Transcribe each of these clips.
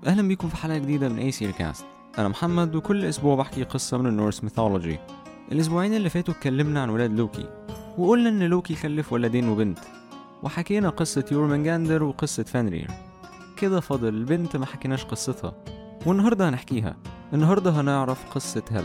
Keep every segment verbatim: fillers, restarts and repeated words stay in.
أهلا بيكم في حلقة جديدة من اي سي كاست. أنا محمد وكل أسبوع بحكي قصة من النورس ميثولوجي. الأسبوعين اللي فاتوا اتكلمنا عن ولاد لوكي وقلنا إن لوكي خلف ولدين وبنت، وحكينا قصة يورمنجاندر وقصة فانرير. كده فاضل البنت ما حكيناش قصتها، والنهاردة هنحكيها. النهاردة هنعرف قصة هل.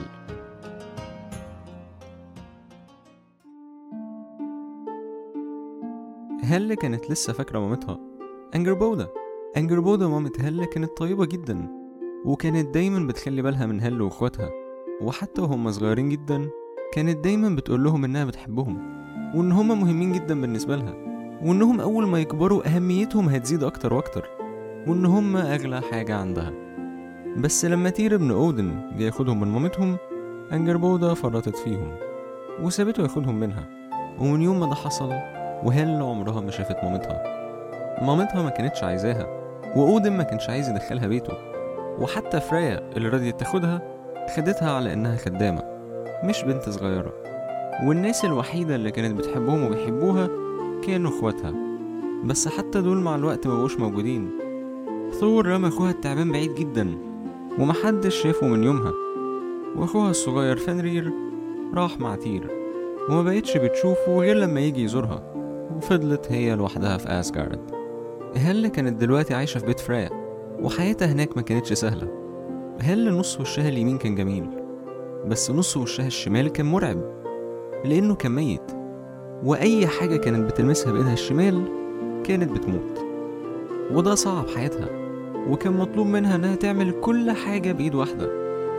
هل كانت لسه فاكرة مامتها أنجربودا. أنجربودا مامة هل كانت طيبة جدا، وكانت دايما بتخلي بالها من هل واخواتها، وحتى وهم صغيرين جدا كانت دايما بتقول لهم انها بتحبهم وان هما مهمين جدا بالنسبة لها، وانهم اول ما يكبروا اهميتهم هتزيد اكتر واكتر، وان هما اغلى حاجة عندها. بس لما تير ابن اودن جه ياخدهم من مامتهم، أنجربودا فرطت فيهم وسابته ياخدهم منها. ومن يوم ما ده حصل وهل عمرها ما شافت مامتها. مامتها ما كانتش عايزاها، واودن ما كانش عايز يدخلها بيته، وحتى فريا اللي رضيت تاخدها خدتها على انها خدامة مش بنت صغيرة. والناس الوحيدة اللي كانت بتحبهم وبيحبوها كانوا اخواتها، بس حتى دول مع الوقت مبقوش موجودين. ثور رمى اخوها التعبان بعيد جدا ومحدش شافه من يومها، واخوها الصغير فانرير راح مع تير وما بقتش بتشوفه غير لما يجي يزورها، وفضلت هي لوحدها في أسجارد. هل كانت دلوقتي عايشة في بيت فريا، وحياتها هناك ما كانتش سهلة. هل نص وشها اليمين كان جميل، بس نص وشها الشمال كان مرعب لأنه كان ميت، وأي حاجة كانت بتلمسها بإيدها الشمال كانت بتموت. وده صعب حياتها، وكان مطلوب منها أنها تعمل كل حاجة بإيد واحدة.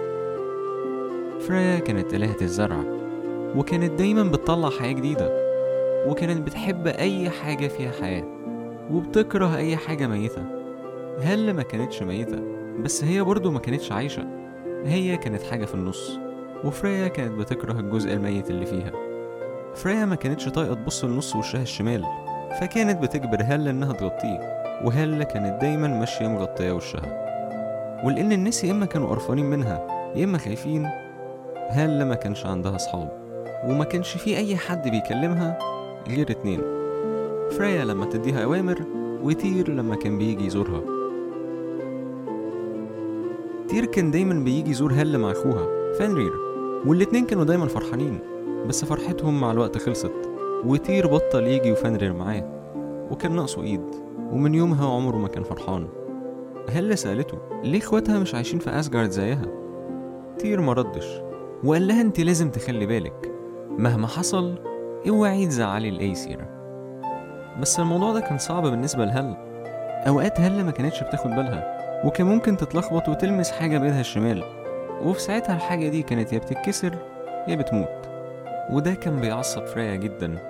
فريا كانت إلهة الزرع، وكانت دايما بتطلع حياة جديدة، وكانت بتحب أي حاجة فيها حياة وبتكره أي حاجة ميتة. هل ما كانتش ميتة، بس هي برضو ما كانتش عايشة، هي كانت حاجة في النص، وفريا كانت بتكره الجزء الميت اللي فيها. فريا ما كانتش طايقة تبص لنص وشها الشمال، فكانت بتجبر هل انها تغطيه، وهل كانت دايما ماشية مغطية وشها. ولأن الناس يا إما كانوا قرفانين منها يا إما خايفين، هل ما كانش عندها أصحاب، وما كانش في أي حد بيكلمها غير اتنين: فريا لما تديها أوامر، وتير لما كان بيجي يزورها. تير كان دايما بيجي يزور هل مع اخوها فانرير، والاتنين كانوا دايما فرحانين، بس فرحتهم مع الوقت خلصت، وتير بطل يجي وفانرير معاه، وكان ناقصه ايد، ومن يومها عمره ما كان فرحان. هل سألته ليه اخواتها مش عايشين في أسجارد زيها. تير مردش، وقال لها انت لازم تخلي بالك مهما حصل، اوعي تزعلي الايسير. بس الموضوع ده كان صعب بالنسبة لهل. اوقات هل ما كانتش بتاخد بالها، وكان ممكن تتلخبط وتلمس حاجة بإيدها الشمال، وفي ساعتها الحاجة دي كانت يا بتتكسر يا بتموت، وده كان بيعصب فريا جدا.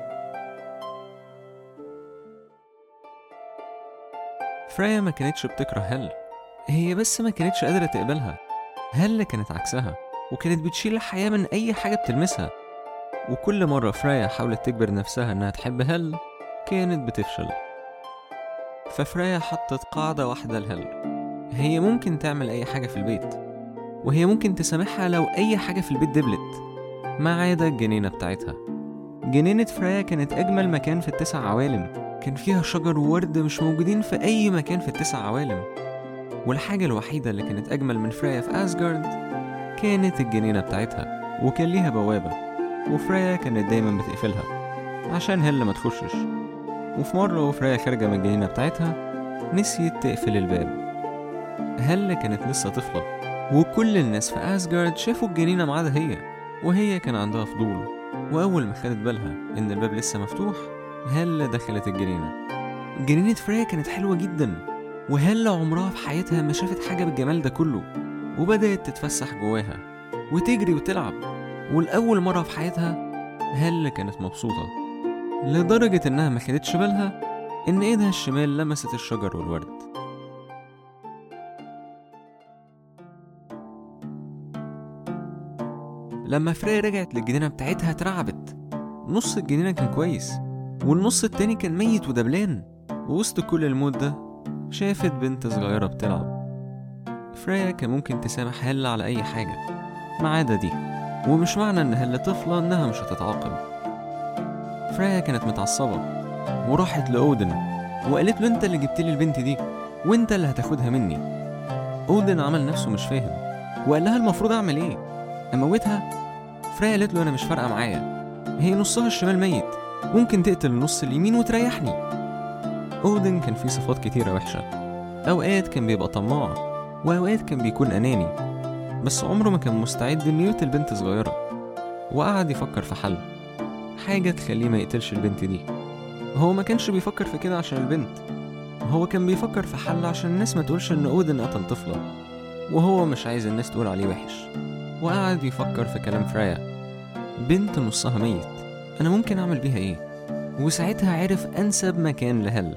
فريا ما كانتش بتكره هل، هي بس ما كانتش قادرة تقبلها. هل كانت عكسها، وكانت بتشيل الحياة من أي حاجة بتلمسها، وكل مرة فريا حاولت تجبر نفسها إنها تحب هل كانت بتفشل. ففريا حطت قاعدة واحدة لهل: هي ممكن تعمل أي حاجة في البيت، وهي ممكن تسامحها لو أي حاجة في البيت دبلت ما عدا الجنينة بتاعتها. جنينة فريا كانت أجمل مكان في التسع عوالم، كان فيها شجر وورد مش موجودين في أي مكان في التسع عوالم. والحاجة الوحيدة اللي كانت أجمل من فريا في أسجارد كانت الجنينة بتاعتها، وكان ليها بوابة، وفريا كانت دايما بتقفلها عشان هل ما تخشش. وفي مرة وفريا خارجة من الجنينة بتاعتها نسيت تقفل الباب. هل كانت لسه طفلة، وكل الناس في أسجارد شافوا الجنينة ما عدا هي، وهي كان عندها فضول، وأول ما خدت بالها إن الباب لسه مفتوح هل دخلت الجنينة. جنينة فريا كانت حلوة جدا، وهل عمرها في حياتها ما شافت حاجة بالجمال ده كله، وبدأت تتفسح جواها وتجري وتلعب. والأول مرة في حياتها هل كانت مبسوطة لدرجة إنها ما خدتش بالها إن إيدها الشمال لمست الشجر والورد. لما فريا رجعت للجنينة بتاعتها اترعبت. نص الجنينة كان كويس، والنص التاني كان ميت ودبلان. ووسط كل الموت ده شافت بنت صغيرة بتلعب. فريا كان ممكن تسامح هل على أي حاجة ما عدا دي، ومش معنى إن هل طفلة إنها مش هتتعاقب. فريا كانت متعصبة وراحت لأودن وقالت له: أنت اللي جبت لي البنت دي، وأنت اللي هتاخدها مني. أودن عمل نفسه مش فاهم وقال لها المفروض أعمل إيه؟ أموتها؟ فريا قالت له أنا مش فارقة معايا، هي نصها الشمال ميت، ممكن تقتل النص اليمين وتريحني. أودن كان فيه صفات كتيرة وحشة، أوقات كان بيبقى طماع وأوقات كان بيكون أناني، بس عمره ما كان مستعد إنه يقتل بنت صغيرة. وقعد يفكر في حل، حاجة تخليه ما يقتلش البنت دي. هو ما كانش بيفكر في كده عشان البنت، هو كان بيفكر في حل عشان الناس ما تقولش إن أودن قتل طفلة، وهو مش عايز الناس تقول عليه وحش. وقعد يفكر في كلام فريا، بنت نصها ميت، أنا ممكن أعمل بيها إيه؟ وساعتها عرف أنسب مكان لهل.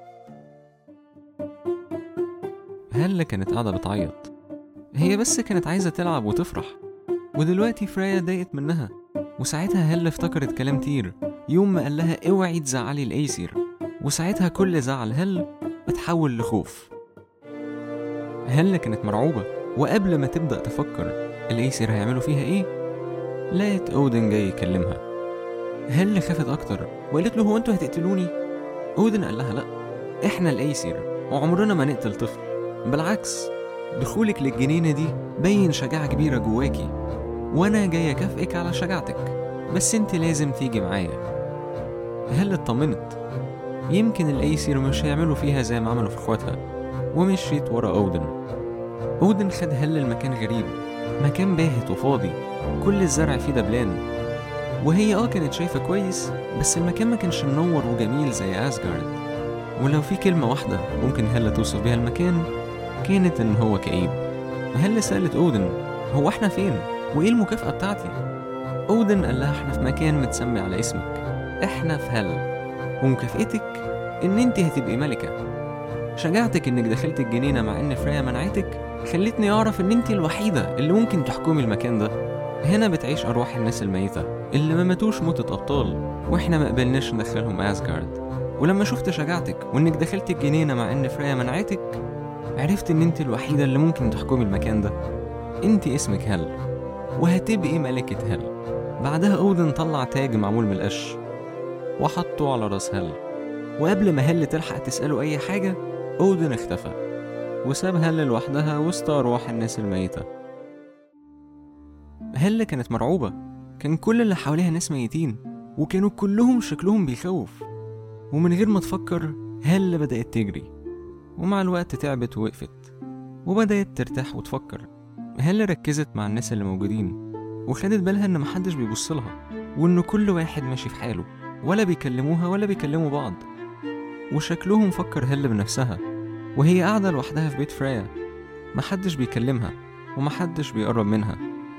هل كانت قاعدة بتعيط، هي بس كانت عايزة تلعب وتفرح، ودلوقتي فريا ضايقت منها. وساعتها هل افتكرت كلام تير يوم ما قال لها اوعي تزعلي الأيسير، وساعتها كل زعل هل اتحول لخوف. هل كانت مرعوبة، وقبل ما تبدأ تفكر الأيسير هيعملوا فيها ايه، لقيت أودن جاي يكلمها. هل خافت أكتر وقالت له هو انتوا هتقتلوني؟ أودن قال لها لأ، احنا الأيسير وعمرنا ما نقتل طفل، بالعكس دخولك للجنينة دي بين شجاعة كبيرة جواكي، وانا جاي اكافئك على شجاعتك، بس انت لازم تيجي معايا. هل اطمنت يمكن الأيسير مش هيعملوا فيها زي ما عملوا في اخواتها، ومشيت ورا أودن. أودن خد هل المكان غريب، مكان باهت وفاضي، كل الزرع فيه دبلان، وهي اه كانت شايفة كويس، بس المكان ما كانش منور وجميل زي أسجارد. ولو في كلمة واحدة ممكن هل توصف بيها المكان كانت ان هو كئيب. هل سألت أودن هو احنا فين وايه المكافأة بتاعتي؟ أودن قال لها احنا في مكان متسمي على اسمك، احنا في هل، ومكافئتك ان انت هتبقي ملكة. شجاعتك انك دخلت الجنينة مع ان فريا منعتك خلتني اعرف ان انت الوحيدة اللي ممكن تحكمي المكان ده. هنا بتعيش ارواح الناس الميتة اللي ما ماتوش موتة ابطال، واحنا ما قبلناش ندخلهم اسجارد. ولما شفت شجاعتك وانك دخلت الجنينة مع ان فريا منعتك عرفت ان انت الوحيدة اللي ممكن تحكمي المكان ده. انت اسمك هل، وهتبقي ملكة هل. بعدها أودن طلع تاج معمول من القش وحطه على راس هل، وقبل ما هل تلحق تسأله أي حاجة أودن اختفى وساب هل لوحدها وسط أرواح الناس الميتة. هل كانت مرعوبة، كان كل اللي حواليها ناس ميتين وكانوا كلهم شكلهم بيخوف. ومن غير ما تفكر هل بدأت تجري، ومع الوقت تعبت ووقفت وبدأت ترتاح وتفكر. هل ركزت مع الناس اللي موجودين وخدت بالها ان محدش بيبصلها، وان كل واحد ماشي في حاله ولا بيكلموها ولا بيكلموا بعض، وشكلهم فكر هل بنفسها وهي قاعدة لوحدها في بيت فريا، محدش بيكلمها ومحدش بيقرب منها.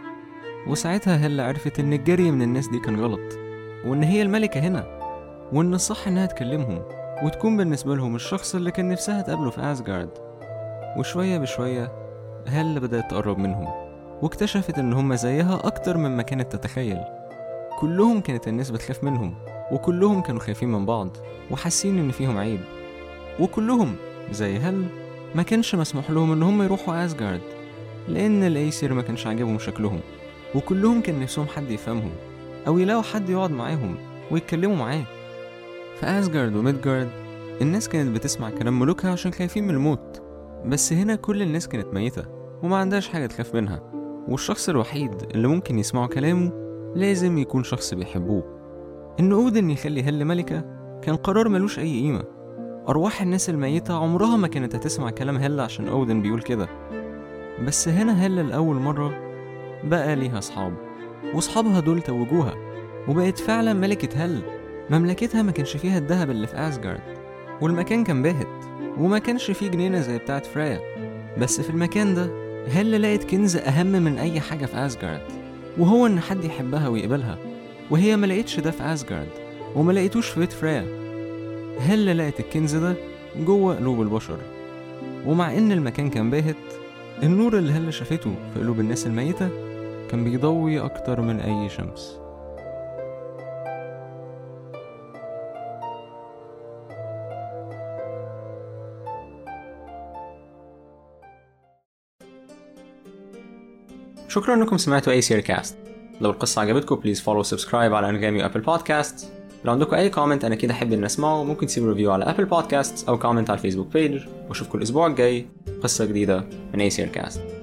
وساعتها هل عرفت ان الجري من الناس دي كان غلط، وان هي الملكة هنا، وان الصح انها تكلمهم وتكون بالنسبة لهم الشخص اللي كان نفسها تقابله في أسجارد. وشوية بشوية هل بدأت تقرب منهم واكتشفت ان هم زيها اكتر مما كانت تتخيل. كلهم كانت الناس بتخاف منهم، وكلهم كانوا خايفين من بعض وحاسين ان فيهم عيب، وكلهم زي هل ما كانش مسموح لهم ان هم يروحوا أسجارد لان الأيسير ما كانش عاجبهم شكلهم، وكلهم كان نفسهم حد يفهمهم او يلاقوا حد يقعد معاهم ويتكلموا معاه. في أسجارد وميدجارد الناس كانت بتسمع كلام ملوكها عشان خايفين من الموت، بس هنا كل الناس كانت ميتة وما عندهاش حاجة تخاف منها، والشخص الوحيد اللي ممكن يسمعوا كلامه لازم يكون شخص بيحبوه. إن أودن يخلي هل ملكة كان قرار ملوش أي قيمة. أرواح الناس الميتة عمرها ما كانت هتسمع كلام هل عشان أودن بيقول كده، بس هنا هل لأول مرة بقى ليها أصحاب، وأصحابها دول توجوها وبقت فعلا ملكة هل. مملكتها ما كانش فيها الذهب اللي في أسجارد، والمكان كان باهت وما كانش فيه جنينة زي بتاعت فريا، بس في المكان ده هل لقيت كنز أهم من أي حاجة في أسجارد، وهو إن حد يحبها ويقبلها. وهي ما لقيتش ده في أسجارد وما لقيتوش في بيت فريا. هل لقيت الكنز ده جوه قلوب البشر، ومع إن المكان كان باهت النور اللي هل شافته في قلوب الناس الميتة كان بيضوي أكتر من أي شمس. شكرا انكم سمعتوا أيسير كاست. لو القصة عجبتكم بليز فولو سبسكرايب على أنغامي وأبل بودكاست، لو عندكم أي كومنت أنا كده أحب إن أسمعه، ممكن تسيبوا ريفيو على أبل بودكاست أو كومنت على الفيسبوك بيج. وأشوفكم الأسبوع الجاي قصة جديدة من أيسير كاست.